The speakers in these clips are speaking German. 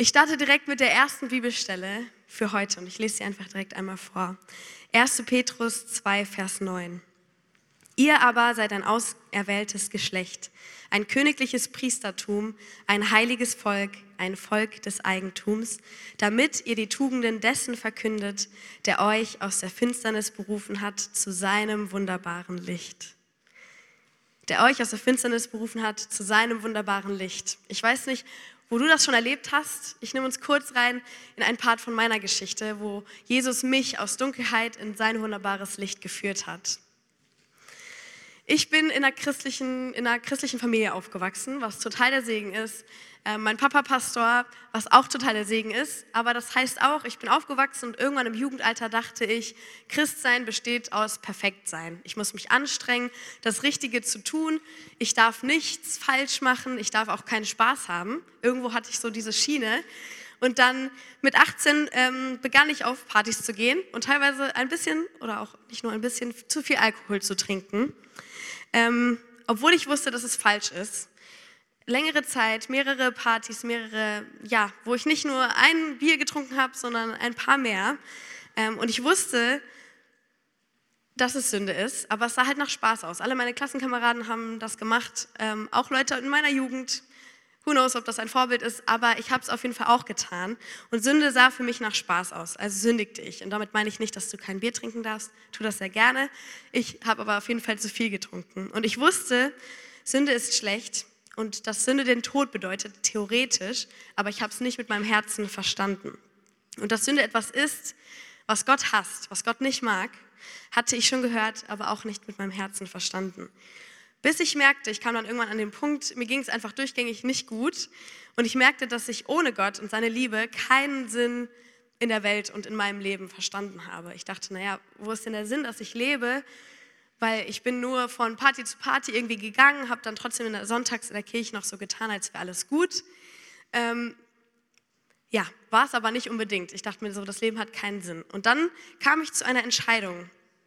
Ich starte direkt mit der ersten Bibelstelle für heute und ich lese sie einfach direkt einmal vor. 1. Petrus 2, Vers 9. Ihr aber seid ein auserwähltes Geschlecht, ein königliches Priestertum, ein heiliges Volk, ein Volk des Eigentums, damit ihr die Tugenden dessen verkündet, der euch aus der Finsternis berufen hat zu seinem wunderbaren Licht. Der euch aus der Finsternis berufen hat zu seinem wunderbaren Licht. Ich weiß nicht, wo du das schon erlebt hast. Ich nehme uns kurz rein in einen Part von meiner Geschichte, wo Jesus mich aus Dunkelheit in sein wunderbares Licht geführt hat. Ich bin in einer christlichen Familie aufgewachsen, was total der Segen ist. Mein Papa Pastor, was auch total der Segen ist. Aber das heißt auch, ich bin aufgewachsen und irgendwann im Jugendalter dachte ich, Christsein besteht aus Perfektsein. Ich muss mich anstrengen, das Richtige zu tun. Ich darf nichts falsch machen. Ich darf auch keinen Spaß haben. Irgendwo hatte ich so diese Schiene. Und dann mit 18 begann ich auf Partys zu gehen und teilweise ein bisschen oder auch nicht nur ein bisschen zu viel Alkohol zu trinken. Obwohl ich wusste, dass es falsch ist. Längere Zeit, mehrere Partys, wo ich nicht nur ein Bier getrunken habe, sondern ein paar mehr. Und ich wusste, dass es Sünde ist, aber es sah halt nach Spaß aus. Alle meine Klassenkameraden haben das gemacht, auch Leute in meiner Jugend. Who knows, ob das ein Vorbild ist, aber ich habe es auf jeden Fall auch getan. Und Sünde sah für mich nach Spaß aus, also sündigte ich. Und damit meine ich nicht, dass du kein Bier trinken darfst, tu das sehr gerne. Ich habe aber auf jeden Fall zu viel getrunken. Und ich wusste, Sünde ist schlecht und dass Sünde den Tod bedeutet, theoretisch, aber ich habe es nicht mit meinem Herzen verstanden. Und dass Sünde etwas ist, was Gott hasst, was Gott nicht mag, hatte ich schon gehört, aber auch nicht mit meinem Herzen verstanden. Bis ich merkte, ich kam dann irgendwann an den Punkt, mir ging es einfach durchgängig nicht gut und ich merkte, dass ich ohne Gott und seine Liebe keinen Sinn in der Welt und in meinem Leben verstanden habe. Ich dachte, wo ist denn der Sinn, dass ich lebe? Weil ich bin nur von Party zu Party irgendwie gegangen, habe dann trotzdem sonntags in der Kirche noch so getan, als wäre alles gut. War es aber nicht unbedingt. Ich dachte mir so, das Leben hat keinen Sinn. Und dann kam ich zu einer Entscheidung.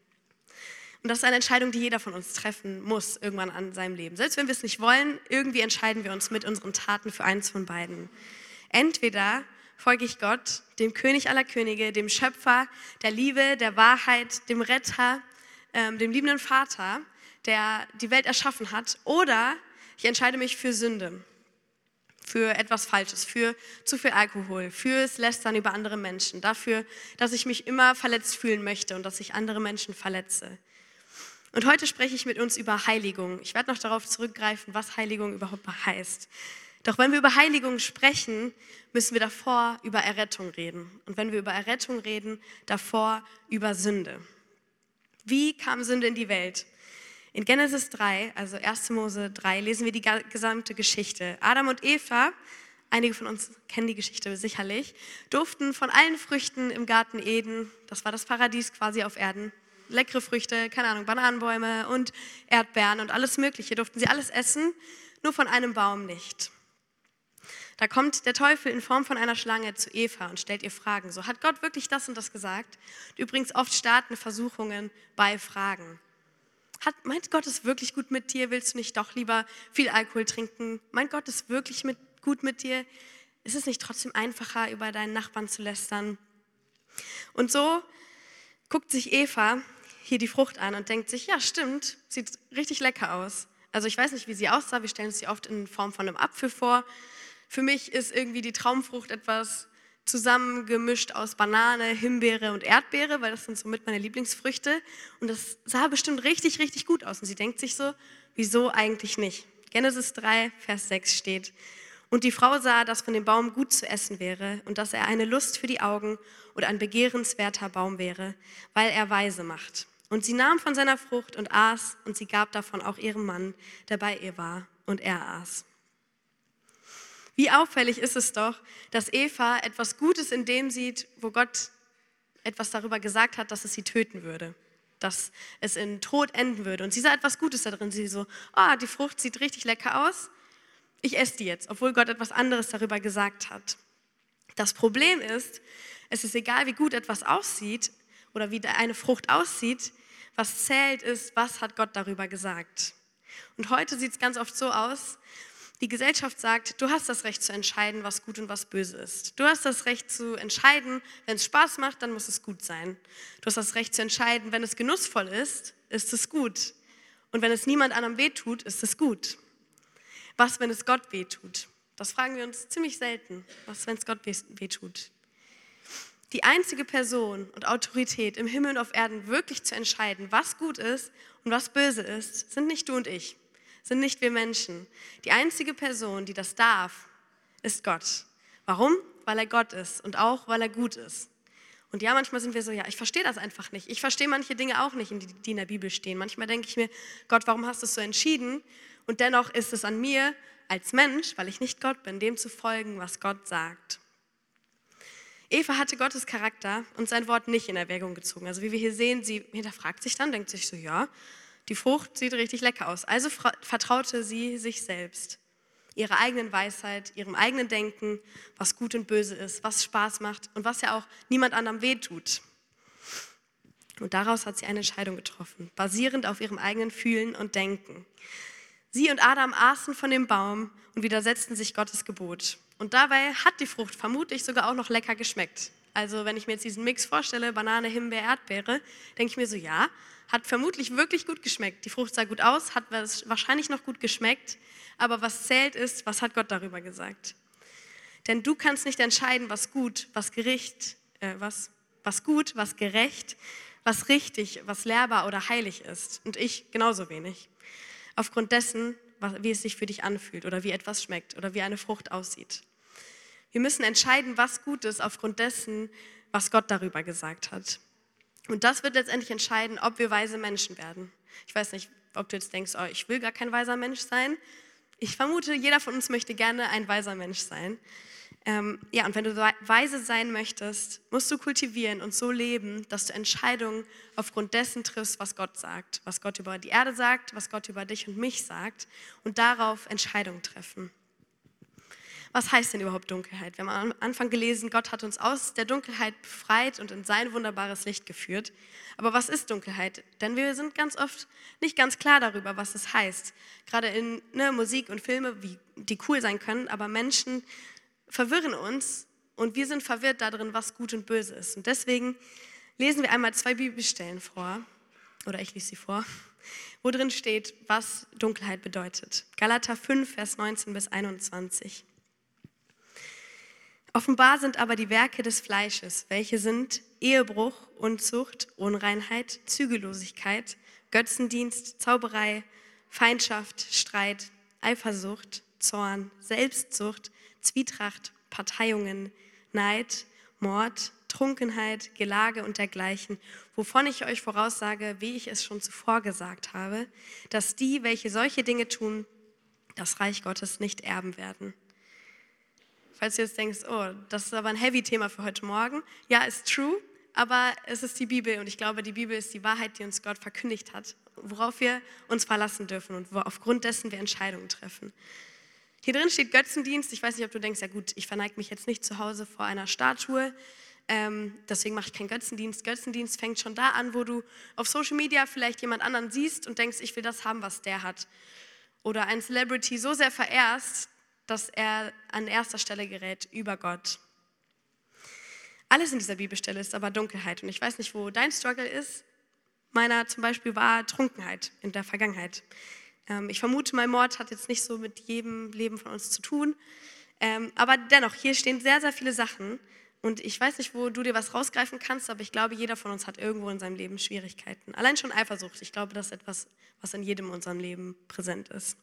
Und das ist eine Entscheidung, die jeder von uns treffen muss, irgendwann an seinem Leben. Selbst wenn wir es nicht wollen, irgendwie entscheiden wir uns mit unseren Taten für eins von beiden. Entweder folge ich Gott, dem König aller Könige, dem Schöpfer der Liebe, der Wahrheit, dem Retter, dem liebenden Vater, der die Welt erschaffen hat, oder ich entscheide mich für Sünde, für etwas Falsches, für zu viel Alkohol, fürs Lästern über andere Menschen, dafür, dass ich mich immer verletzt fühlen möchte und dass ich andere Menschen verletze. Und heute spreche ich mit uns über Heiligung. Ich werde noch darauf zurückgreifen, was Heiligung überhaupt heißt. Doch wenn wir über Heiligung sprechen, müssen wir davor über Errettung reden. Und wenn wir über Errettung reden, davor über Sünde. Wie kam Sünde in die Welt? In Genesis 3, also 1. Mose 3, lesen wir die gesamte Geschichte. Adam und Eva, einige von uns kennen die Geschichte sicherlich, durften von allen Früchten im Garten Eden, das war das Paradies quasi auf Erden, leckere Früchte, keine Ahnung, Bananenbäume und Erdbeeren und alles Mögliche, durften sie alles essen, nur von einem Baum nicht. Da kommt der Teufel in Form von einer Schlange zu Eva und stellt ihr Fragen. So, hat Gott wirklich das und das gesagt? Und übrigens, oft starten Versuchungen bei Fragen. Meint Gott es wirklich gut mit dir? Willst du nicht doch lieber viel Alkohol trinken? Meint Gott es wirklich gut mit dir? Ist es nicht trotzdem einfacher, über deinen Nachbarn zu lästern? Und so guckt sich Eva hier die Frucht an und denkt sich, ja stimmt, sieht richtig lecker aus. Also ich weiß nicht, wie sie aussah, wir stellen uns sie oft in Form von einem Apfel vor. Für mich ist irgendwie die Traumfrucht etwas zusammengemischt aus Banane, Himbeere und Erdbeere, weil das sind somit meine Lieblingsfrüchte. Und das sah bestimmt richtig, richtig gut aus. Und sie denkt sich so, wieso eigentlich nicht? Genesis 3, Vers 6 steht, und die Frau sah, dass von dem Baum gut zu essen wäre und dass er eine Lust für die Augen und ein begehrenswerter Baum wäre, weil er weise macht. Und sie nahm von seiner Frucht und aß, und sie gab davon auch ihrem Mann, der bei ihr war, und er aß. Wie auffällig ist es doch, dass Eva etwas Gutes in dem sieht, wo Gott etwas darüber gesagt hat, dass es sie töten würde, dass es in Tod enden würde. Und sie sah etwas Gutes da drin. Sie so, die Frucht sieht richtig lecker aus, ich esse die jetzt, obwohl Gott etwas anderes darüber gesagt hat. Das Problem ist, es ist egal, wie gut etwas aussieht oder wie eine Frucht aussieht, was zählt ist, was hat Gott darüber gesagt. Und heute sieht es ganz oft so aus, Die Gesellschaft sagt, du hast das Recht zu entscheiden, was gut und was böse ist. Du hast das Recht zu entscheiden, wenn es Spaß macht, dann muss es gut sein. Du hast das Recht zu entscheiden, wenn es genussvoll ist es gut. Und wenn es niemand anderem wehtut, ist es gut. Was, wenn es Gott wehtut? Das fragen wir uns ziemlich selten. Was, wenn es Gott wehtut? Die einzige Person und Autorität im Himmel und auf Erden wirklich zu entscheiden, was gut ist und was böse ist, sind nicht du und ich, sind nicht wir Menschen. Die einzige Person, die das darf, ist Gott. Warum? Weil er Gott ist und auch, weil er gut ist. Und ja, manchmal sind wir so, ja, ich verstehe das einfach nicht. Ich verstehe manche Dinge auch nicht, die in der Bibel stehen. Manchmal denke ich mir, Gott, warum hast du es so entschieden? Und dennoch ist es an mir als Mensch, weil ich nicht Gott bin, dem zu folgen, was Gott sagt. Eva hatte Gottes Charakter und sein Wort nicht in Erwägung gezogen. Also wie wir hier sehen, sie hinterfragt sich dann, denkt sich so, ja, die Frucht sieht richtig lecker aus. Also vertraute sie sich selbst, ihrer eigenen Weisheit, ihrem eigenen Denken, was gut und böse ist, was Spaß macht und was ja auch niemand anderem wehtut. Und daraus hat sie eine Entscheidung getroffen, basierend auf ihrem eigenen Fühlen und Denken. Sie und Adam aßen von dem Baum und widersetzten sich Gottes Gebot. Und dabei hat die Frucht vermutlich sogar auch noch lecker geschmeckt. Also wenn ich mir jetzt diesen Mix vorstelle, Banane, Himbeer, Erdbeere, denke ich mir so, ja, hat vermutlich wirklich gut geschmeckt. Die Frucht sah gut aus, hat wahrscheinlich noch gut geschmeckt. Aber was zählt ist, was hat Gott darüber gesagt? Denn du kannst nicht entscheiden, was gut, was gerecht, was richtig, was lehrbar oder heilig ist. Und ich genauso wenig. Aufgrund dessen, wie es sich für dich anfühlt oder wie etwas schmeckt oder wie eine Frucht aussieht. Wir müssen entscheiden, was gut ist, aufgrund dessen, was Gott darüber gesagt hat. Und das wird letztendlich entscheiden, ob wir weise Menschen werden. Ich weiß nicht, ob du jetzt denkst, oh, ich will gar kein weiser Mensch sein. Ich vermute, jeder von uns möchte gerne ein weiser Mensch sein. Und wenn du weise sein möchtest, musst du kultivieren und so leben, dass du Entscheidungen aufgrund dessen triffst, was Gott sagt, was Gott über die Erde sagt, was Gott über dich und mich sagt und darauf Entscheidungen treffen. Was heißt denn überhaupt Dunkelheit? Wir haben am Anfang gelesen, Gott hat uns aus der Dunkelheit befreit und in sein wunderbares Licht geführt. Aber was ist Dunkelheit? Denn wir sind ganz oft nicht ganz klar darüber, was es heißt. Gerade in Musik und Filme, die cool sein können, aber Menschen verwirren uns und wir sind verwirrt darin, was gut und böse ist. Und deswegen lesen wir einmal 2 Bibelstellen vor, oder ich lese sie vor, wo drin steht, was Dunkelheit bedeutet. Galater 5, Vers 19 bis 21. Offenbar sind aber die Werke des Fleisches, welche sind Ehebruch, Unzucht, Unreinheit, Zügellosigkeit, Götzendienst, Zauberei, Feindschaft, Streit, Eifersucht, Zorn, Selbstsucht, Zwietracht, Parteiungen, Neid, Mord, Trunkenheit, Gelage und dergleichen, wovon ich euch voraussage, wie ich es schon zuvor gesagt habe, dass die, welche solche Dinge tun, das Reich Gottes nicht erben werden. Falls du jetzt denkst, oh, das ist aber ein Heavy-Thema für heute Morgen. Ja, ist true, aber es ist die Bibel und ich glaube, die Bibel ist die Wahrheit, die uns Gott verkündigt hat, worauf wir uns verlassen dürfen und aufgrund dessen wir Entscheidungen treffen. Hier drin steht Götzendienst. Ich weiß nicht, ob du denkst, ja gut, ich verneige mich jetzt nicht zu Hause vor einer Statue, deswegen mache ich keinen Götzendienst. Götzendienst fängt schon da an, wo du auf Social Media vielleicht jemand anderen siehst und denkst, ich will das haben, was der hat. Oder einen Celebrity so sehr verehrst, dass er an erster Stelle gerät über Gott. Alles in dieser Bibelstelle ist aber Dunkelheit. Und ich weiß nicht, wo dein Struggle ist. Meiner zum Beispiel war Trunkenheit in der Vergangenheit. Ich vermute, mein Mord hat jetzt nicht so mit jedem Leben von uns zu tun. Aber dennoch, hier stehen sehr, sehr viele Sachen. Und ich weiß nicht, wo du dir was rausgreifen kannst, aber ich glaube, jeder von uns hat irgendwo in seinem Leben Schwierigkeiten. Allein schon Eifersucht. Ich glaube, das ist etwas, was in jedem unserem Leben präsent ist.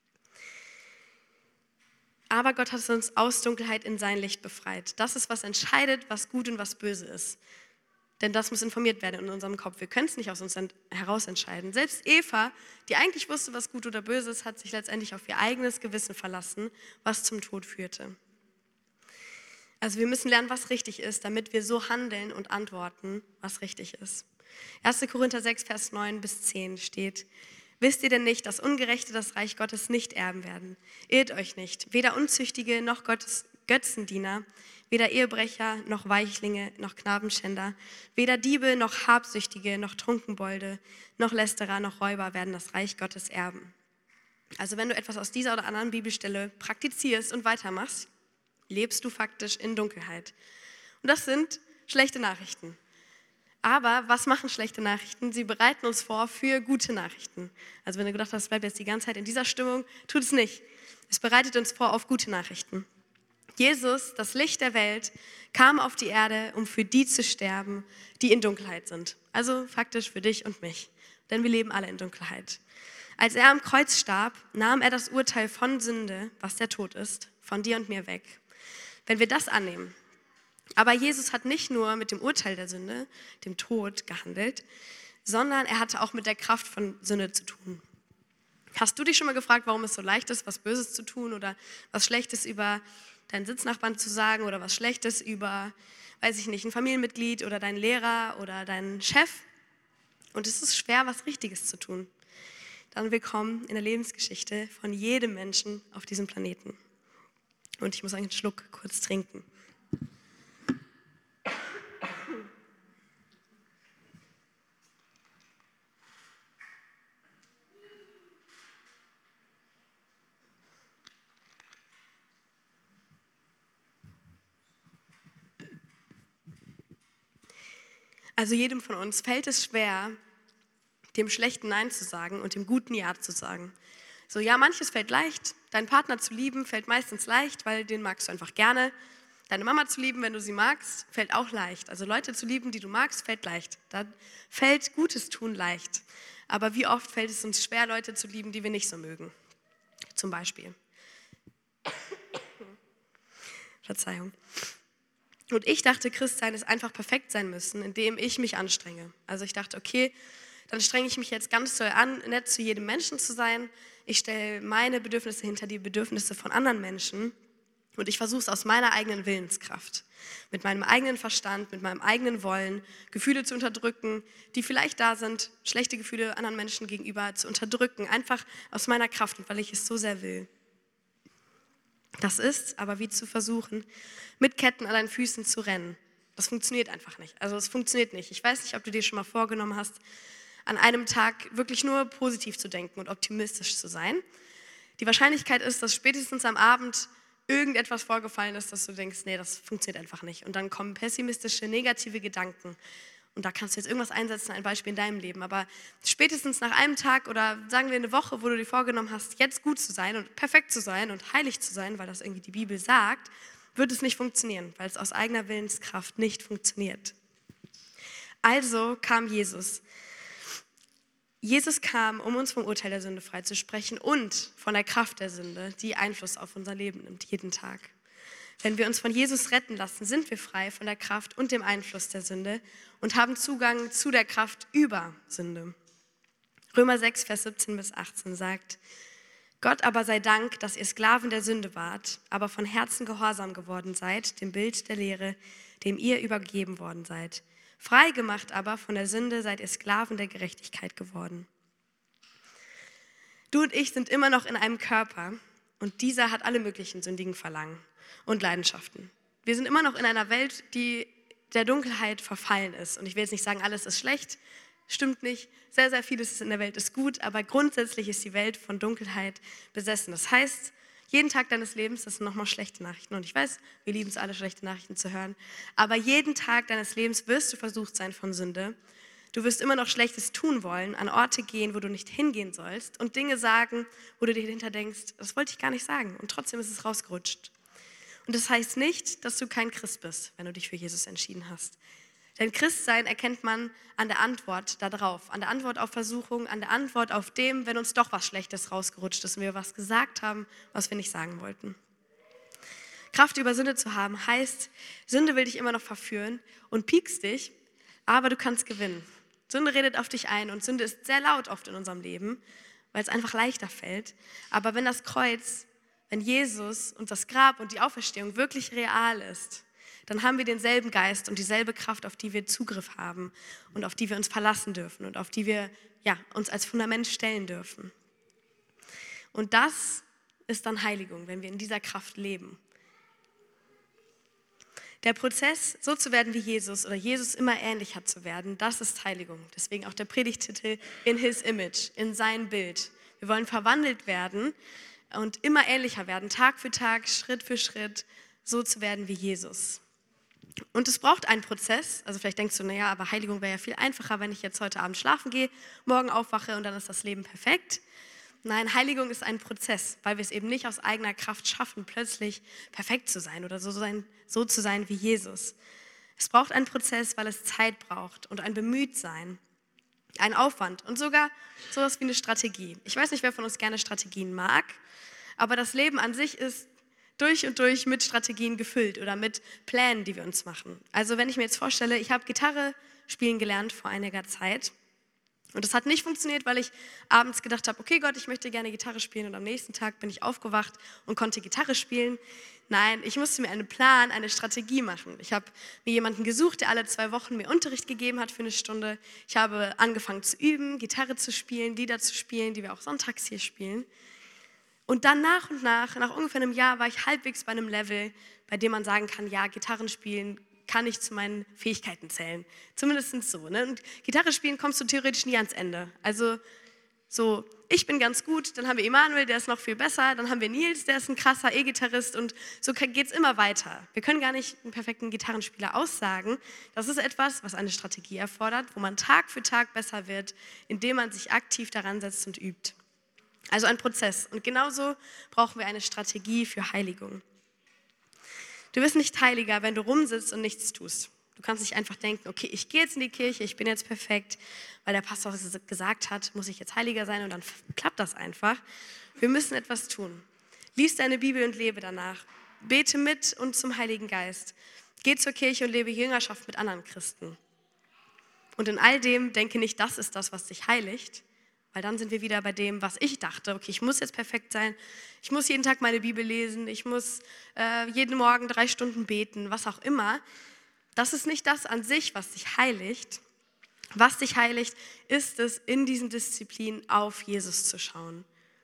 Aber Gott hat uns aus Dunkelheit in sein Licht befreit. Das ist, was entscheidet, was gut und was böse ist. Denn das muss informiert werden in unserem Kopf. Wir können es nicht aus uns heraus entscheiden. Selbst Eva, die eigentlich wusste, was gut oder böse ist, hat sich letztendlich auf ihr eigenes Gewissen verlassen, was zum Tod führte. Also wir müssen lernen, was richtig ist, damit wir so handeln und antworten, was richtig ist. 1. Korinther 6, Vers 9 bis 10 steht: Wisst ihr denn nicht, dass Ungerechte das Reich Gottes nicht erben werden? Irrt euch nicht, weder Unzüchtige noch Gottes Götzendiener, weder Ehebrecher noch Weichlinge noch Knabenschänder, weder Diebe noch Habsüchtige noch Trunkenbolde noch Lästerer noch Räuber werden das Reich Gottes erben. Also wenn du etwas aus dieser oder anderen Bibelstelle praktizierst und weitermachst, lebst du faktisch in Dunkelheit. Und das sind schlechte Nachrichten. Aber was machen schlechte Nachrichten? Sie bereiten uns vor für gute Nachrichten. Also wenn du gedacht hast, bleib jetzt die ganze Zeit in dieser Stimmung, tut es nicht. Es bereitet uns vor auf gute Nachrichten. Jesus, das Licht der Welt, kam auf die Erde, um für die zu sterben, die in Dunkelheit sind. Also faktisch für dich und mich, denn wir leben alle in Dunkelheit. Als er am Kreuz starb, nahm er das Urteil von Sünde, was der Tod ist, von dir und mir weg. Wenn wir das annehmen. Aber Jesus hat nicht nur mit dem Urteil der Sünde, dem Tod, gehandelt, sondern er hatte auch mit der Kraft von Sünde zu tun. Hast du dich schon mal gefragt, warum es so leicht ist, was Böses zu tun oder was Schlechtes über deinen Sitznachbarn zu sagen oder was Schlechtes über, weiß ich nicht, ein Familienmitglied oder deinen Lehrer oder deinen Chef? Und es ist schwer, was Richtiges zu tun. Dann willkommen in der Lebensgeschichte von jedem Menschen auf diesem Planeten. Und ich muss einen Schluck kurz trinken. Also jedem von uns fällt es schwer, dem schlechten Nein zu sagen und dem guten Ja zu sagen. So, ja, manches fällt leicht. Deinen Partner zu lieben fällt meistens leicht, weil den magst du einfach gerne. Deine Mama zu lieben, wenn du sie magst, fällt auch leicht. Also Leute zu lieben, die du magst, fällt leicht. Da fällt Gutes tun leicht. Aber wie oft fällt es uns schwer, Leute zu lieben, die wir nicht so mögen? Zum Beispiel. Verzeihung. Und ich dachte, Christsein ist einfach perfekt sein müssen, indem ich mich anstrenge. Also ich dachte, okay, dann strenge ich mich jetzt ganz doll an, nett zu jedem Menschen zu sein. Ich stelle meine Bedürfnisse hinter die Bedürfnisse von anderen Menschen und ich versuche es aus meiner eigenen Willenskraft, mit meinem eigenen Verstand, mit meinem eigenen Wollen, Gefühle zu unterdrücken, die vielleicht da sind, schlechte Gefühle anderen Menschen gegenüber zu unterdrücken, einfach aus meiner Kraft und weil ich es so sehr will. Das ist aber wie zu versuchen, mit Ketten an deinen Füßen zu rennen. Das funktioniert einfach nicht. Also es funktioniert nicht. Ich weiß nicht, ob du dir schon mal vorgenommen hast, an einem Tag wirklich nur positiv zu denken und optimistisch zu sein. Die Wahrscheinlichkeit ist, dass spätestens am Abend irgendetwas vorgefallen ist, dass du denkst, nee, das funktioniert einfach nicht. Und dann kommen pessimistische, negative Gedanken. Und da kannst du jetzt irgendwas einsetzen, ein Beispiel in deinem Leben. Aber spätestens nach einem Tag oder sagen wir eine Woche, wo du dir vorgenommen hast, jetzt gut zu sein und perfekt zu sein und heilig zu sein, weil das irgendwie die Bibel sagt, wird es nicht funktionieren, weil es aus eigener Willenskraft nicht funktioniert. Also kam Jesus. Jesus kam, um uns vom Urteil der Sünde freizusprechen und von der Kraft der Sünde, die Einfluss auf unser Leben nimmt, jeden Tag. Wenn wir uns von Jesus retten lassen, sind wir frei von der Kraft und dem Einfluss der Sünde und haben Zugang zu der Kraft über Sünde. Römer 6, Vers 17 bis 18 sagt, Gott aber sei Dank, dass ihr Sklaven der Sünde wart, aber von Herzen gehorsam geworden seid, dem Bild der Lehre, dem ihr übergeben worden seid. Frei gemacht aber von der Sünde seid ihr Sklaven der Gerechtigkeit geworden. Du und ich sind immer noch in einem Körper und dieser hat alle möglichen sündigen Verlangen und Leidenschaften. Wir sind immer noch in einer Welt, die der Dunkelheit verfallen ist. Und ich will jetzt nicht sagen, alles ist schlecht, stimmt nicht. Sehr, sehr vieles in der Welt ist gut, aber grundsätzlich ist die Welt von Dunkelheit besessen. Das heißt, jeden Tag deines Lebens, das sind nochmal schlechte Nachrichten. Und ich weiß, wir lieben es alle, schlechte Nachrichten zu hören. Aber jeden Tag deines Lebens wirst du versucht sein von Sünde. Du wirst immer noch Schlechtes tun wollen, an Orte gehen, wo du nicht hingehen sollst und Dinge sagen, wo du dir dahinter denkst, das wollte ich gar nicht sagen. Und trotzdem ist es rausgerutscht. Und das heißt nicht, dass du kein Christ bist, wenn du dich für Jesus entschieden hast. Denn Christsein erkennt man an der Antwort darauf, an der Antwort auf Versuchung, an der Antwort auf dem, wenn uns doch was Schlechtes rausgerutscht ist und wir was gesagt haben, was wir nicht sagen wollten. Kraft über Sünde zu haben heißt, Sünde will dich immer noch verführen und piekst dich, aber du kannst gewinnen. Sünde redet auf dich ein und Sünde ist sehr laut oft in unserem Leben, weil es einfach leichter fällt. Aber wenn das Kreuz, wenn Jesus und das Grab und die Auferstehung wirklich real ist, dann haben wir denselben Geist und dieselbe Kraft, auf die wir Zugriff haben und auf die wir uns verlassen dürfen und auf die wir uns als Fundament stellen dürfen. Und das ist dann Heiligung, wenn wir in dieser Kraft leben. Der Prozess, so zu werden wie Jesus oder Jesus immer ähnlicher zu werden, das ist Heiligung. Deswegen auch der Predigtitel In His Image, in sein Bild. Wir wollen verwandelt werden und immer ähnlicher werden, Tag für Tag, Schritt für Schritt, so zu werden wie Jesus. Und es braucht einen Prozess. Also vielleicht denkst du, naja, aber Heiligung wäre ja viel einfacher, wenn ich jetzt heute Abend schlafen gehe, morgen aufwache und dann ist das Leben perfekt. Nein, Heiligung ist ein Prozess, weil wir es eben nicht aus eigener Kraft schaffen, plötzlich perfekt zu sein oder so zu sein wie Jesus. Es braucht einen Prozess, weil es Zeit braucht und ein Bemühtsein, ein Aufwand und sogar sowas wie eine Strategie. Ich weiß nicht, wer von uns gerne Strategien mag, aber das Leben an sich ist durch und durch mit Strategien gefüllt oder mit Plänen, die wir uns machen. Also wenn ich mir jetzt vorstelle, ich habe Gitarre spielen gelernt vor einiger Zeit und das hat nicht funktioniert, weil ich abends gedacht habe, okay Gott, ich möchte gerne Gitarre spielen und am nächsten Tag bin ich aufgewacht und konnte Gitarre spielen. Nein, ich musste mir einen Plan, eine Strategie machen. Ich habe mir jemanden gesucht, der alle 2 Wochen mir Unterricht gegeben hat für eine Stunde. Ich habe angefangen zu üben, Gitarre zu spielen, Lieder zu spielen, die wir auch sonntags hier spielen. Und dann nach und nach ungefähr einem Jahr, war ich halbwegs bei einem Level, bei dem man sagen kann, ja, Gitarren spielen kann ich zu meinen Fähigkeiten zählen. Zumindest so. Ne? Und Gitarre spielen kommst du theoretisch nie ans Ende. Also so, ich bin ganz gut, dann haben wir Emanuel, der ist noch viel besser, dann haben wir Nils, der ist ein krasser E-Gitarrist und so geht es immer weiter. Wir können gar nicht einen perfekten Gitarrenspieler aussagen. Das ist etwas, was eine Strategie erfordert, wo man Tag für Tag besser wird, indem man sich aktiv daran setzt und übt. Also ein Prozess. Und genauso brauchen wir eine Strategie für Heiligung. Du wirst nicht heiliger, wenn du rumsitzt und nichts tust. Du kannst nicht einfach denken, okay, ich gehe jetzt in die Kirche, ich bin jetzt perfekt, weil der Pastor gesagt hat, muss ich jetzt heiliger sein und dann klappt das einfach. Wir müssen etwas tun. Lies deine Bibel und lebe danach. Bete mit und zum Heiligen Geist. Geh zur Kirche und lebe Jüngerschaft mit anderen Christen. Und in all dem denke nicht, das ist das, was dich heiligt, weil dann sind wir wieder bei dem, was ich dachte. Okay, ich muss jetzt perfekt sein, ich muss jeden Tag meine Bibel lesen, ich muss jeden Morgen 3 Stunden beten, was auch immer. Das ist nicht das an sich, was dich heiligt. Was dich heiligt, ist es, in diesen Disziplinen auf Jesus zu schauen.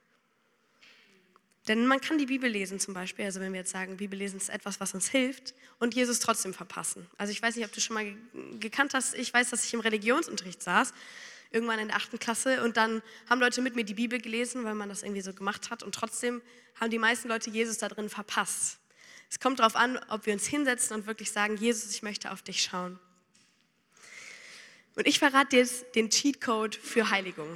Denn man kann die Bibel lesen zum Beispiel, also wenn wir jetzt sagen, Bibel lesen ist etwas, was uns hilft und Jesus trotzdem verpassen. Also ich weiß nicht, ob du schon mal gekannt hast, ich weiß, dass ich im Religionsunterricht saß, irgendwann in der 8. Klasse und dann haben Leute mit mir die Bibel gelesen, weil man das irgendwie so gemacht hat und trotzdem haben die meisten Leute Jesus da drin verpasst. Es kommt darauf an, ob wir uns hinsetzen und wirklich sagen, Jesus, ich möchte auf dich schauen. Und ich verrate dir jetzt den Cheatcode für Heiligung.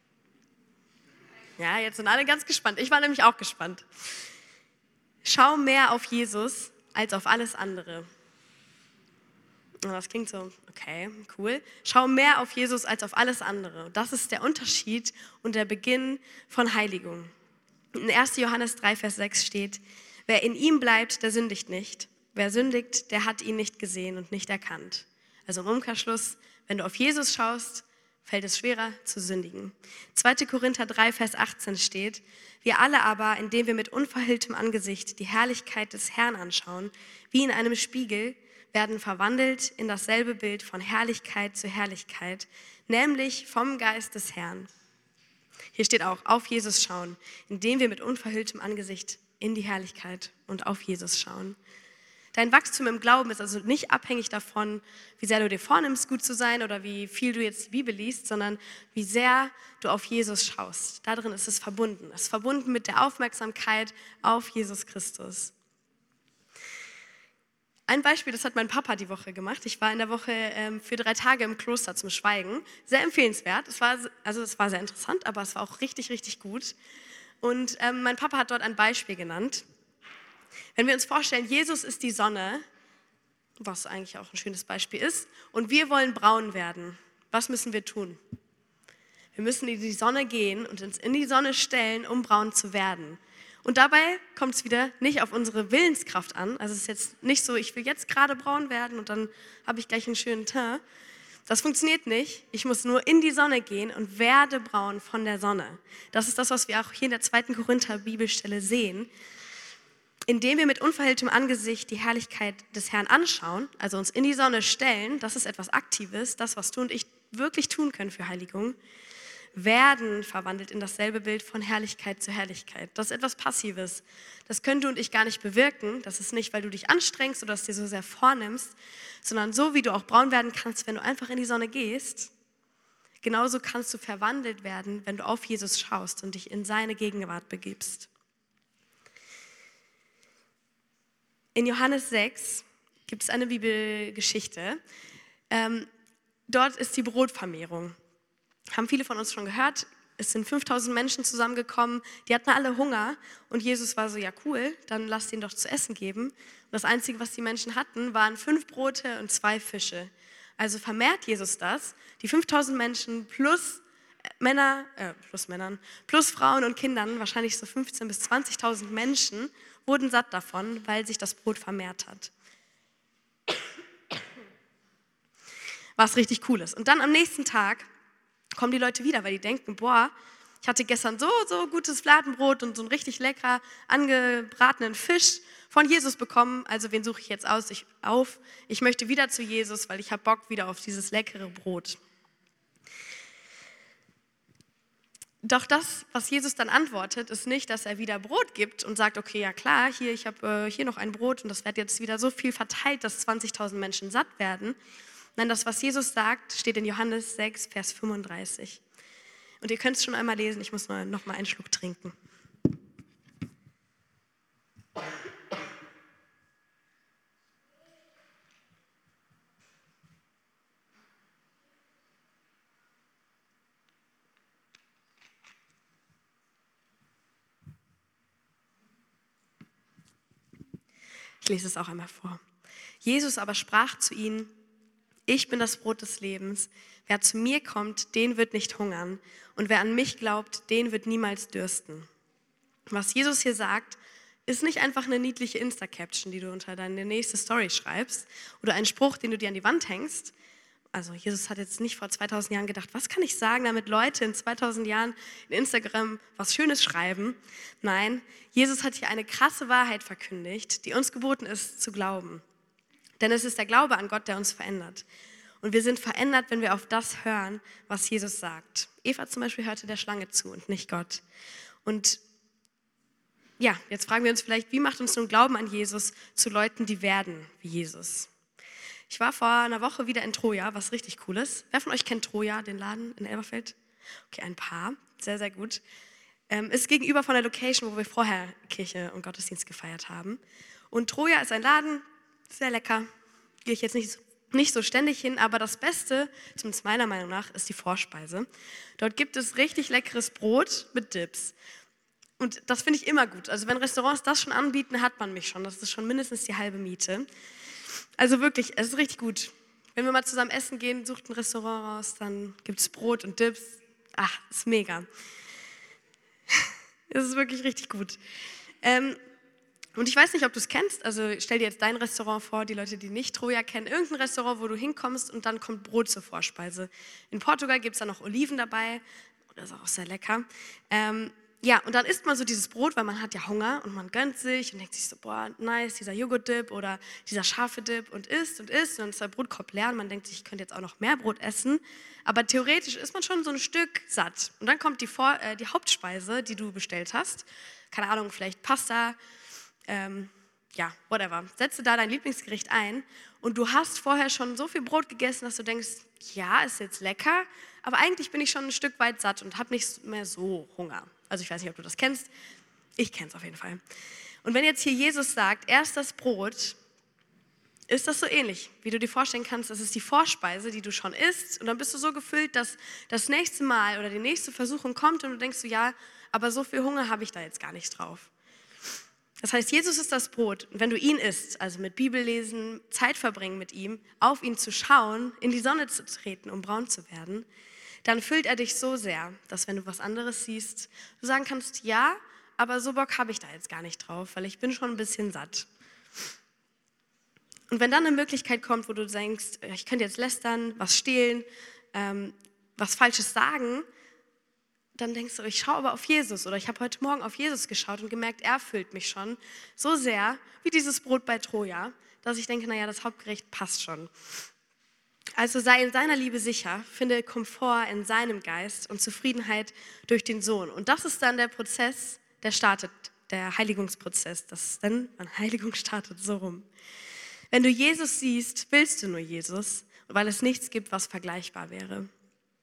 Ja, jetzt sind alle ganz gespannt. Ich war nämlich auch gespannt. Schau mehr auf Jesus als auf alles andere. Und das klingt so, okay, cool. Schau mehr auf Jesus als auf alles andere. Das ist der Unterschied und der Beginn von Heiligung. In 1. Johannes 3, Vers 6 steht, wer in ihm bleibt, der sündigt nicht. Wer sündigt, der hat ihn nicht gesehen und nicht erkannt. Also im Umkehrschluss, wenn du auf Jesus schaust, fällt es schwerer zu sündigen. 2. Korinther 3, Vers 18 steht, wir alle aber, indem wir mit unverhülltem Angesicht die Herrlichkeit des Herrn anschauen, wie in einem Spiegel, werden verwandelt in dasselbe Bild von Herrlichkeit zu Herrlichkeit, nämlich vom Geist des Herrn. Hier steht auch, auf Jesus schauen, indem wir mit unverhülltem Angesicht in die Herrlichkeit und auf Jesus schauen. Dein Wachstum im Glauben ist also nicht abhängig davon, wie sehr du dir vornimmst, gut zu sein oder wie viel du jetzt die Bibel liest, sondern wie sehr du auf Jesus schaust. Darin ist es verbunden. Es ist verbunden mit der Aufmerksamkeit auf Jesus Christus. Ein Beispiel, das hat mein Papa die Woche gemacht. Ich war in der Woche für 3 Tage im Kloster zum Schweigen. Sehr empfehlenswert. Es war sehr interessant, aber es war auch richtig, richtig gut. Und mein Papa hat dort ein Beispiel genannt. Wenn wir uns vorstellen, Jesus ist die Sonne, was eigentlich auch ein schönes Beispiel ist, und wir wollen braun werden, was müssen wir tun? Wir müssen in die Sonne gehen und uns in die Sonne stellen, um braun zu werden. Und dabei kommt es wieder nicht auf unsere Willenskraft an. Also es ist jetzt nicht so, ich will jetzt gerade braun werden und dann habe ich gleich einen schönen Teint. Das funktioniert nicht. Ich muss nur in die Sonne gehen und werde braun von der Sonne. Das ist das, was wir auch hier in der 2. Korinther Bibelstelle sehen. Indem wir mit unverhülltem Angesicht die Herrlichkeit des Herrn anschauen, also uns in die Sonne stellen, das ist etwas Aktives, das, was du und ich wirklich tun können für Heiligung, werden verwandelt in dasselbe Bild von Herrlichkeit zu Herrlichkeit. Das ist etwas Passives. Das können du und ich gar nicht bewirken. Das ist nicht, weil du dich anstrengst oder es dir so sehr vornimmst, sondern so, wie du auch braun werden kannst, wenn du einfach in die Sonne gehst, Genauso kannst du verwandelt werden, wenn du auf Jesus schaust und dich in seine Gegenwart begibst. In Johannes 6 gibt es eine Bibelgeschichte. Dort ist die Brotvermehrung. Haben viele von uns schon gehört. Es sind 5000 Menschen zusammengekommen, die hatten alle Hunger und Jesus war so, ja cool, dann lasst ihnen doch zu essen geben. Und das Einzige, was die Menschen hatten, waren 5 Brote und 2 Fische. Also vermehrt Jesus das, die 5000 Menschen plus Männern, plus Frauen und Kindern, wahrscheinlich so 15.000 bis 20.000 Menschen, wurden satt davon, weil sich das Brot vermehrt hat. Was richtig cool ist. Und dann am nächsten Tag kommen die Leute wieder, weil die denken, boah, ich hatte gestern so gutes Fladenbrot und so einen richtig lecker angebratenen Fisch von Jesus bekommen, also wen suche ich jetzt auf? Ich möchte wieder zu Jesus, weil ich habe Bock wieder auf dieses leckere Brot. Doch das, was Jesus dann antwortet, ist nicht, dass er wieder Brot gibt und sagt, okay, ja klar, ich habe hier noch ein Brot und das wird jetzt wieder so viel verteilt, dass 20.000 Menschen satt werden. Nein, das, was Jesus sagt, steht in Johannes 6, Vers 35. Und ihr könnt es schon einmal lesen, ich muss noch mal einen Schluck trinken. Ich lese es auch einmal vor. Jesus aber sprach zu ihnen: Ich bin das Brot des Lebens. Wer zu mir kommt, den wird nicht hungern. Und wer an mich glaubt, den wird niemals dürsten. Was Jesus hier sagt, ist nicht einfach eine niedliche Insta-Caption, die du unter deine nächste Story schreibst oder ein Spruch, den du dir an die Wand hängst. Also Jesus hat jetzt nicht vor 2000 Jahren gedacht, was kann ich sagen, damit Leute in 2000 Jahren in Instagram was Schönes schreiben. Nein, Jesus hat hier eine krasse Wahrheit verkündigt, die uns geboten ist zu glauben. Denn es ist der Glaube an Gott, der uns verändert. Und wir sind verändert, wenn wir auf das hören, was Jesus sagt. Eva zum Beispiel hörte der Schlange zu und nicht Gott. Und ja, jetzt fragen wir uns vielleicht, wie macht uns nun Glauben an Jesus zu Leuten, die werden wie Jesus? Ich war vor einer Woche wieder in Troja, was richtig cool ist. Wer von euch kennt Troja, den Laden in Elberfeld? Okay, ein paar. Sehr, sehr gut. Ist gegenüber von der Location, wo wir vorher Kirche und Gottesdienst gefeiert haben. Und Troja ist ein Laden, sehr lecker. Gehe ich jetzt nicht so ständig hin, aber das Beste, zumindest meiner Meinung nach, ist die Vorspeise. Dort gibt es richtig leckeres Brot mit Dips. Und das finde ich immer gut. Also wenn Restaurants das schon anbieten, hat man mich schon. Das ist schon mindestens die halbe Miete. Also wirklich, es ist richtig gut. Wenn wir mal zusammen essen gehen, sucht ein Restaurant raus, dann gibt es Brot und Dips. Ach, ist mega. Es ist wirklich richtig gut. Und ich weiß nicht, ob du es kennst, also stell dir jetzt dein Restaurant vor, die Leute, die nicht Troja kennen, irgendein Restaurant, wo du hinkommst und dann kommt Brot zur Vorspeise. In Portugal gibt es da noch Oliven dabei, das ist auch sehr lecker. Ja, und dann isst man so dieses Brot, weil man hat ja Hunger und man gönnt sich und denkt sich so, boah, nice, dieser Joghurt-Dip oder dieser scharfe Dip und isst und dann ist der Brotkorb leer und man denkt sich, ich könnte jetzt auch noch mehr Brot essen, aber theoretisch ist man schon so ein Stück satt. Und dann kommt die Hauptspeise, die du bestellt hast, keine Ahnung, vielleicht Pasta, ja, whatever. Setze da dein Lieblingsgericht ein und du hast vorher schon so viel Brot gegessen, dass du denkst, ja, ist jetzt lecker, aber eigentlich bin ich schon ein Stück weit satt und habe nicht mehr so Hunger. Also ich weiß nicht, ob du das kennst. Ich kenne es auf jeden Fall. Und wenn jetzt hier Jesus sagt, erst das Brot, ist das so ähnlich, wie du dir vorstellen kannst, das ist die Vorspeise, die du schon isst und dann bist du so gefüllt, dass das nächste Mal oder die nächste Versuchung kommt und du denkst so, ja, aber so viel Hunger habe ich da jetzt gar nicht drauf. Das heißt, Jesus ist das Brot und wenn du ihn isst, also mit Bibellesen, Zeit verbringen mit ihm, auf ihn zu schauen, in die Sonne zu treten, um braun zu werden, dann füllt er dich so sehr, dass wenn du was anderes siehst, du sagen kannst, ja, aber so Bock habe ich da jetzt gar nicht drauf, weil ich bin schon ein bisschen satt. Und wenn dann eine Möglichkeit kommt, wo du denkst, ich könnte jetzt lästern, was stehlen, was Falsches sagen, dann denkst du, ich schaue aber auf Jesus oder ich habe heute Morgen auf Jesus geschaut und gemerkt, er füllt mich schon so sehr wie dieses Brot bei Troja, dass ich denke, naja, das Hauptgericht passt schon. Also sei in seiner Liebe sicher, finde Komfort in seinem Geist und Zufriedenheit durch den Sohn. Und das ist dann der Prozess, der startet, der Heiligungsprozess, dass dann Heiligung startet, so rum. Wenn du Jesus siehst, willst du nur Jesus, weil es nichts gibt, was vergleichbar wäre.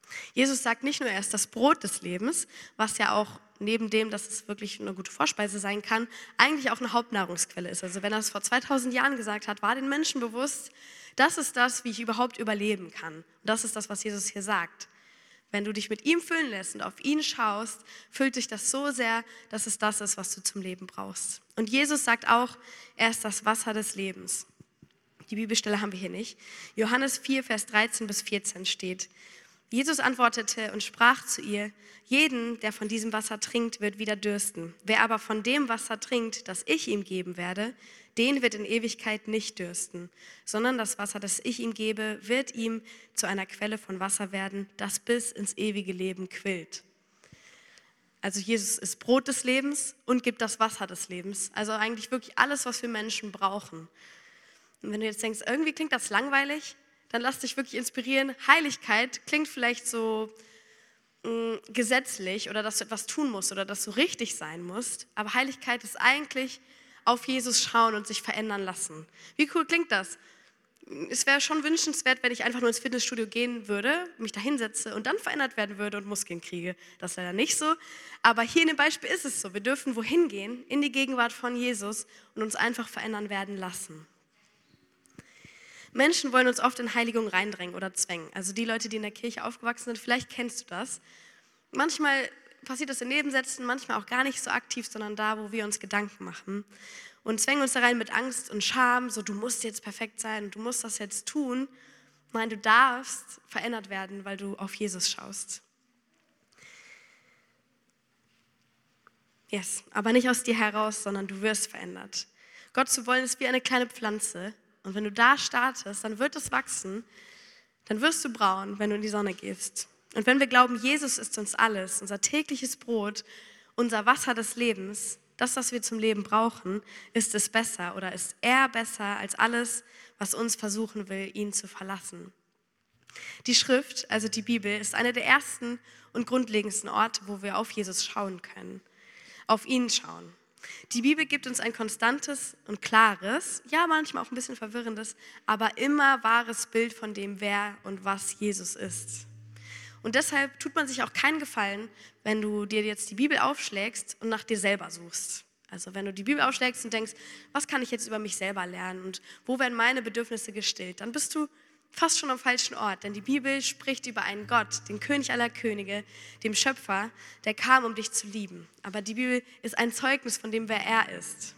Jesus sagt nicht nur, er ist das Brot des Lebens, was ja auch neben dem, dass es wirklich eine gute Vorspeise sein kann, eigentlich auch eine Hauptnahrungsquelle ist. Also wenn er es vor 2000 Jahren gesagt hat, war den Menschen bewusst, das ist das, wie ich überhaupt überleben kann. Und das ist das, was Jesus hier sagt. Wenn du dich mit ihm füllen lässt und auf ihn schaust, füllt dich das so sehr, dass es das ist, was du zum Leben brauchst. Und Jesus sagt auch, er ist das Wasser des Lebens. Die Bibelstelle haben wir hier nicht. Johannes 4, Vers 13 bis 14 steht: Jesus antwortete und sprach zu ihr: Jeden, der von diesem Wasser trinkt, wird wieder dürsten. Wer aber von dem Wasser trinkt, das ich ihm geben werde, den wird in Ewigkeit nicht dürsten, sondern das Wasser, das ich ihm gebe, wird ihm zu einer Quelle von Wasser werden, das bis ins ewige Leben quillt. Also Jesus ist Brot des Lebens und gibt das Wasser des Lebens. Also eigentlich wirklich alles, was wir Menschen brauchen. Und wenn du jetzt denkst, irgendwie klingt das langweilig, dann lass dich wirklich inspirieren. Heiligkeit klingt vielleicht so gesetzlich oder dass du etwas tun musst oder dass du richtig sein musst. Aber Heiligkeit ist eigentlich auf Jesus schauen und sich verändern lassen. Wie cool klingt das? Es wäre schon wünschenswert, wenn ich einfach nur ins Fitnessstudio gehen würde, mich da hinsetze und dann verändert werden würde und Muskeln kriege. Das ist leider nicht so. Aber hier in dem Beispiel ist es so. Wir dürfen wohin gehen, in die Gegenwart von Jesus und uns einfach verändern werden lassen. Menschen wollen uns oft in Heiligung reindrängen oder zwängen. Also die Leute, die in der Kirche aufgewachsen sind, vielleicht kennst du das. Manchmal passiert das in Nebensätzen, manchmal auch gar nicht so aktiv, sondern da, wo wir uns Gedanken machen. Und zwängen uns da rein mit Angst und Scham, so du musst jetzt perfekt sein und du musst das jetzt tun. Nein, du darfst verändert werden, weil du auf Jesus schaust. Yes, aber nicht aus dir heraus, sondern du wirst verändert. Gott zu wollen ist wie eine kleine Pflanze. Und wenn du da startest, dann wird es wachsen, dann wirst du braun, wenn du in die Sonne gehst. Und wenn wir glauben, Jesus ist uns alles, unser tägliches Brot, unser Wasser des Lebens, das, was wir zum Leben brauchen, ist es besser oder ist er besser als alles, was uns versuchen will, ihn zu verlassen. Die Schrift, also die Bibel, ist einer der ersten und grundlegendsten Orte, wo wir auf Jesus schauen können, auf ihn schauen. Die Bibel gibt uns ein konstantes und klares, ja manchmal auch ein bisschen verwirrendes, aber immer wahres Bild von dem, wer und was Jesus ist. Und deshalb tut man sich auch keinen Gefallen, wenn du dir jetzt die Bibel aufschlägst und nach dir selber suchst. Also wenn du die Bibel aufschlägst und denkst, was kann ich jetzt über mich selber lernen und wo werden meine Bedürfnisse gestillt, dann bist du fast schon am falschen Ort, denn die Bibel spricht über einen Gott, den König aller Könige, dem Schöpfer, der kam, um dich zu lieben. Aber die Bibel ist ein Zeugnis von dem, wer er ist.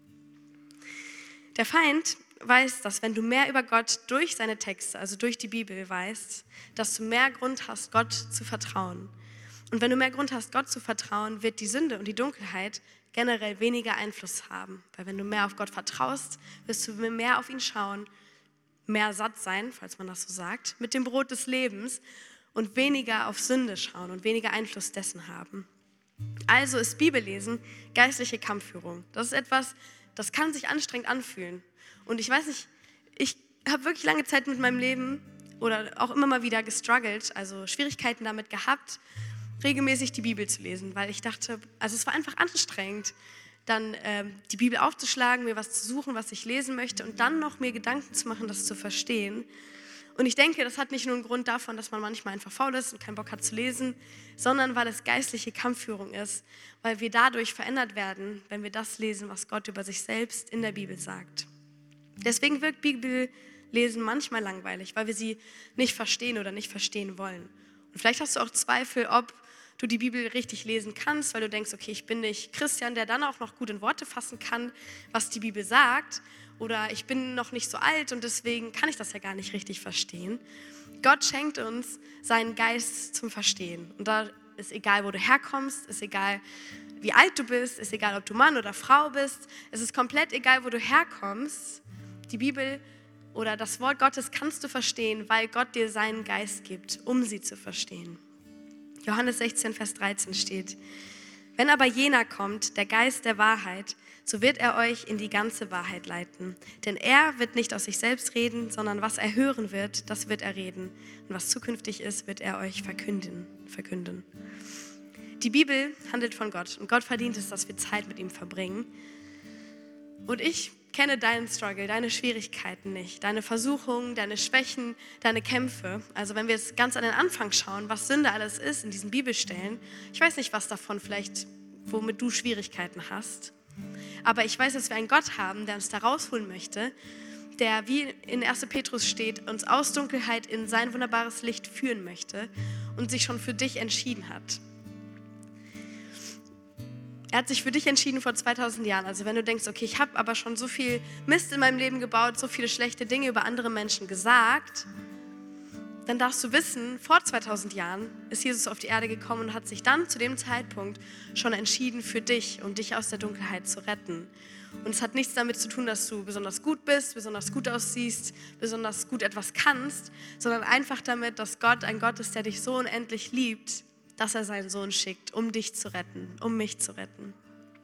Der Feind weiß, dass wenn du mehr über Gott durch seine Texte, also durch die Bibel weißt, dass du mehr Grund hast, Gott zu vertrauen. Und wenn du mehr Grund hast, Gott zu vertrauen, wird die Sünde und die Dunkelheit generell weniger Einfluss haben. Weil wenn du mehr auf Gott vertraust, wirst du mehr auf ihn schauen, mehr satt sein, falls man das so sagt, mit dem Brot des Lebens und weniger auf Sünde schauen und weniger Einfluss dessen haben. Also ist Bibellesen geistliche Kampfführung. Das ist etwas, das kann sich anstrengend anfühlen. Und ich weiß nicht, ich habe wirklich lange Zeit mit meinem Leben oder auch immer mal wieder gestruggelt, also Schwierigkeiten damit gehabt, regelmäßig die Bibel zu lesen, weil ich dachte, also es war einfach anstrengend, dann die Bibel aufzuschlagen, mir was zu suchen, was ich lesen möchte und dann noch mir Gedanken zu machen, das zu verstehen. Und ich denke, das hat nicht nur einen Grund davon, dass man manchmal einfach faul ist und keinen Bock hat zu lesen, sondern weil es geistliche Kampfführung ist, weil wir dadurch verändert werden, wenn wir das lesen, was Gott über sich selbst in der Bibel sagt. Deswegen wirkt Bibellesen manchmal langweilig, weil wir sie nicht verstehen oder nicht verstehen wollen. Und vielleicht hast du auch Zweifel, ob du die Bibel richtig lesen kannst, weil du denkst, okay, ich bin nicht Christian, der dann auch noch gut in Worte fassen kann, was die Bibel sagt, oder ich bin noch nicht so alt und deswegen kann ich das ja gar nicht richtig verstehen. Gott schenkt uns seinen Geist zum Verstehen. Und da ist egal, wo du herkommst, ist egal, wie alt du bist, ist egal, ob du Mann oder Frau bist, es ist komplett egal, wo du herkommst. Die Bibel oder das Wort Gottes kannst du verstehen, weil Gott dir seinen Geist gibt, um sie zu verstehen. Johannes 16, Vers 13 steht: Wenn aber jener kommt, der Geist der Wahrheit, so wird er euch in die ganze Wahrheit leiten. Denn er wird nicht aus sich selbst reden, sondern was er hören wird, das wird er reden. Und was zukünftig ist, wird er euch verkünden. Die Bibel handelt von Gott und Gott verdient es, dass wir Zeit mit ihm verbringen. Und ich kenne deinen Struggle, deine Schwierigkeiten nicht, deine Versuchungen, deine Schwächen, deine Kämpfe. Also wenn wir jetzt ganz an den Anfang schauen, was Sünde alles ist in diesen Bibelstellen, ich weiß nicht, was davon vielleicht, womit du Schwierigkeiten hast, aber ich weiß, dass wir einen Gott haben, der uns da rausholen möchte, der, wie in 1. Petrus steht, uns aus Dunkelheit in sein wunderbares Licht führen möchte und sich schon für dich entschieden hat. Er hat sich für dich entschieden vor 2000 Jahren. Also wenn du denkst, okay, ich habe aber schon so viel Mist in meinem Leben gebaut, so viele schlechte Dinge über andere Menschen gesagt, dann darfst du wissen, vor 2000 Jahren ist Jesus auf die Erde gekommen und hat sich dann zu dem Zeitpunkt schon entschieden für dich, um dich aus der Dunkelheit zu retten. Und es hat nichts damit zu tun, dass du besonders gut bist, besonders gut aussiehst, besonders gut etwas kannst, sondern einfach damit, dass Gott ein Gott ist, der dich so unendlich liebt, dass er seinen Sohn schickt, um dich zu retten, um mich zu retten.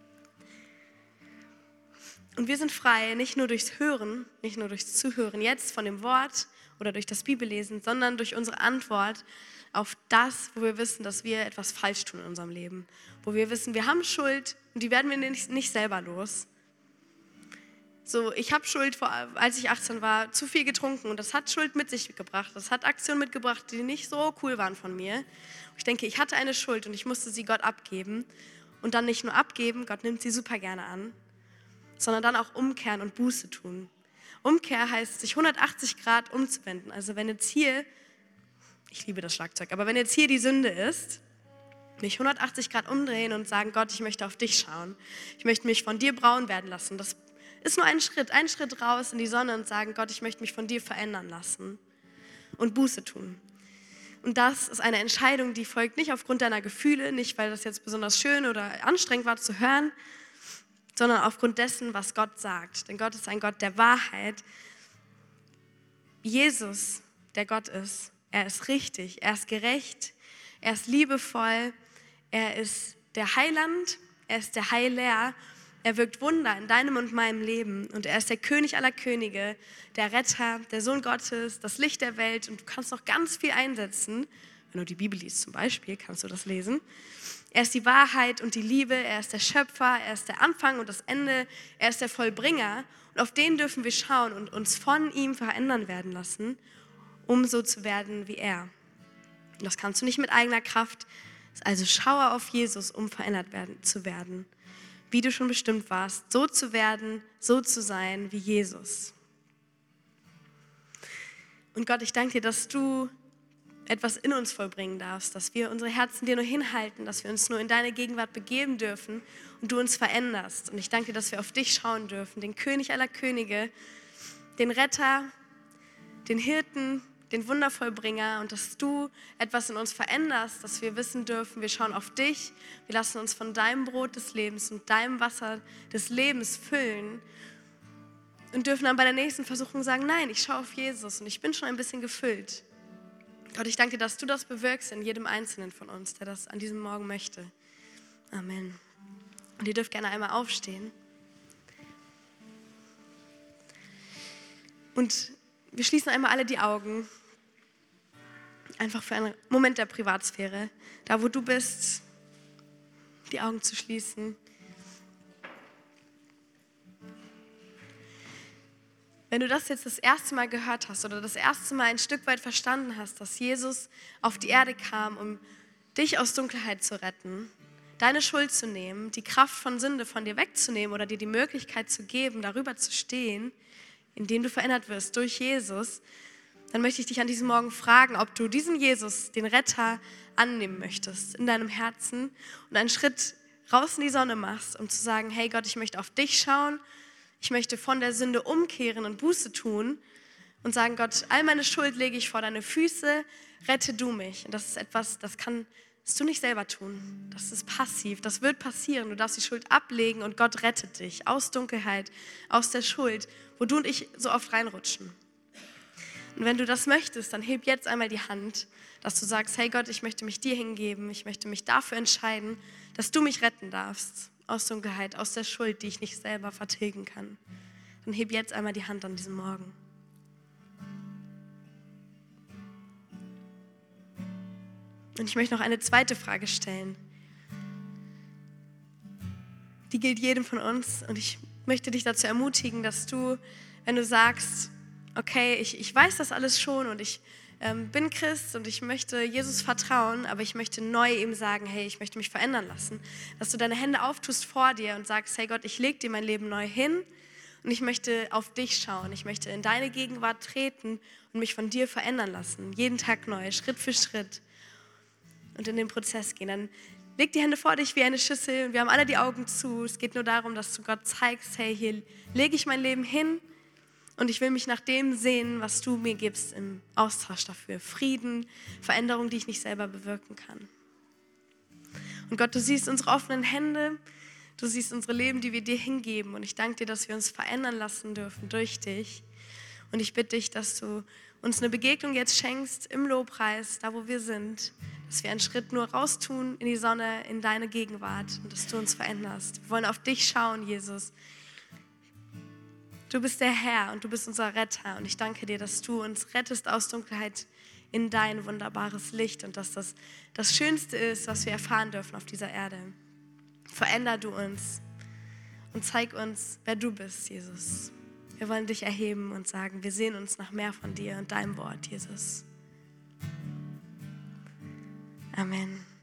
Und wir sind frei, nicht nur durchs Hören, nicht nur durchs Zuhören jetzt von dem Wort oder durch das Bibellesen, sondern durch unsere Antwort auf das, wo wir wissen, dass wir etwas falsch tun in unserem Leben. Wo wir wissen, wir haben Schuld und die werden wir nicht selber los. So, ich habe Schuld, als ich 18 war, zu viel getrunken und das hat Schuld mit sich gebracht. Das hat Aktionen mitgebracht, die nicht so cool waren von mir. Ich denke, ich hatte eine Schuld und ich musste sie Gott abgeben. Und dann nicht nur abgeben, Gott nimmt sie super gerne an, sondern dann auch umkehren und Buße tun. Umkehr heißt, sich 180 Grad umzuwenden. Also wenn jetzt hier, ich liebe das Schlagzeug, aber wenn jetzt hier die Sünde ist, mich 180 Grad umdrehen und sagen, Gott, ich möchte auf dich schauen. Ich möchte mich von dir braun werden lassen. Das ist nur ein Schritt raus in die Sonne und sagen, Gott, ich möchte mich von dir verändern lassen und Buße tun. Und das ist eine Entscheidung, die folgt nicht aufgrund deiner Gefühle, nicht weil das jetzt besonders schön oder anstrengend war zu hören, sondern aufgrund dessen, was Gott sagt. Denn Gott ist ein Gott der Wahrheit. Jesus, der Gott ist, er ist richtig, er ist gerecht, er ist liebevoll, er ist der Heiland, er ist der Heiler. Er wirkt Wunder in deinem und meinem Leben und er ist der König aller Könige, der Retter, der Sohn Gottes, das Licht der Welt und du kannst noch ganz viel einsetzen. Wenn du die Bibel liest zum Beispiel, kannst du das lesen. Er ist die Wahrheit und die Liebe, er ist der Schöpfer, er ist der Anfang und das Ende, er ist der Vollbringer und auf den dürfen wir schauen und uns von ihm verändern werden lassen, um so zu werden wie er. Und das kannst du nicht mit eigener Kraft, also schaue auf Jesus, um verändert zu werden. Wie du schon bestimmt warst, so zu werden, so zu sein wie Jesus. Und Gott, ich danke dir, dass du etwas in uns vollbringen darfst, dass wir unsere Herzen dir nur hinhalten, dass wir uns nur in deine Gegenwart begeben dürfen und du uns veränderst. Und ich danke dir, dass wir auf dich schauen dürfen, den König aller Könige, den Retter, den Hirten, den Wundervollbringer und dass du etwas in uns veränderst, dass wir wissen dürfen, wir schauen auf dich, wir lassen uns von deinem Brot des Lebens und deinem Wasser des Lebens füllen und dürfen dann bei der nächsten Versuchung sagen, nein, ich schaue auf Jesus und ich bin schon ein bisschen gefüllt. Gott, ich danke dir, dass du das bewirkst in jedem Einzelnen von uns, der das an diesem Morgen möchte. Amen. Und ihr dürft gerne einmal aufstehen. Und wir schließen einmal alle die Augen, einfach für einen Moment der Privatsphäre, da wo du bist, die Augen zu schließen. Wenn du das jetzt das erste Mal gehört hast oder das erste Mal ein Stück weit verstanden hast, dass Jesus auf die Erde kam, um dich aus Dunkelheit zu retten, deine Schuld zu nehmen, die Kraft von Sünde von dir wegzunehmen oder dir die Möglichkeit zu geben, darüber zu stehen, indem du verändert wirst durch Jesus, dann möchte ich dich an diesem Morgen fragen, ob du diesen Jesus, den Retter, annehmen möchtest in deinem Herzen und einen Schritt raus in die Sonne machst, um zu sagen, hey Gott, ich möchte auf dich schauen, ich möchte von der Sünde umkehren und Buße tun und sagen, Gott, all meine Schuld lege ich vor deine Füße, rette du mich. Und das ist etwas, das kannst du nicht selber tun. Das ist passiv, das wird passieren. Du darfst die Schuld ablegen und Gott rettet dich aus Dunkelheit, aus der Schuld, wo du und ich so oft reinrutschen. Und wenn du das möchtest, dann heb jetzt einmal die Hand, dass du sagst, hey Gott, ich möchte mich dir hingeben, ich möchte mich dafür entscheiden, dass du mich retten darfst aus Dunkelheit, aus der Schuld, die ich nicht selber vertilgen kann. Dann heb jetzt einmal die Hand an diesem Morgen. Und ich möchte noch eine zweite Frage stellen. Die gilt jedem von uns und ich möchte dich dazu ermutigen, dass du, wenn du sagst, okay, ich weiß das alles schon und ich bin Christ und ich möchte Jesus vertrauen, aber ich möchte neu ihm sagen, hey, ich möchte mich verändern lassen, dass du deine Hände auftust vor dir und sagst, hey Gott, ich lege dir mein Leben neu hin und ich möchte auf dich schauen, ich möchte in deine Gegenwart treten und mich von dir verändern lassen, jeden Tag neu, Schritt für Schritt und in den Prozess gehen. Dann leg die Hände vor dich wie eine Schüssel und wir haben alle die Augen zu. Es geht nur darum, dass du Gott zeigst, hey, hier lege ich mein Leben hin und ich will mich nach dem sehen, was du mir gibst im Austausch dafür. Frieden, Veränderung, die ich nicht selber bewirken kann. Und Gott, du siehst unsere offenen Hände, du siehst unsere Leben, die wir dir hingeben. Und ich danke dir, dass wir uns verändern lassen dürfen durch dich. Und ich bitte dich, dass du uns eine Begegnung jetzt schenkst im Lobpreis, da wo wir sind, dass wir einen Schritt nur raustun in die Sonne, in deine Gegenwart und dass du uns veränderst. Wir wollen auf dich schauen, Jesus. Du bist der Herr und du bist unser Retter und ich danke dir, dass du uns rettest aus Dunkelheit in dein wunderbares Licht und dass das das Schönste ist, was wir erfahren dürfen auf dieser Erde. Veränder du uns und zeig uns, wer du bist, Jesus. Wir wollen dich erheben und sagen, wir sehen uns nach mehr von dir und deinem Wort, Jesus. Amen.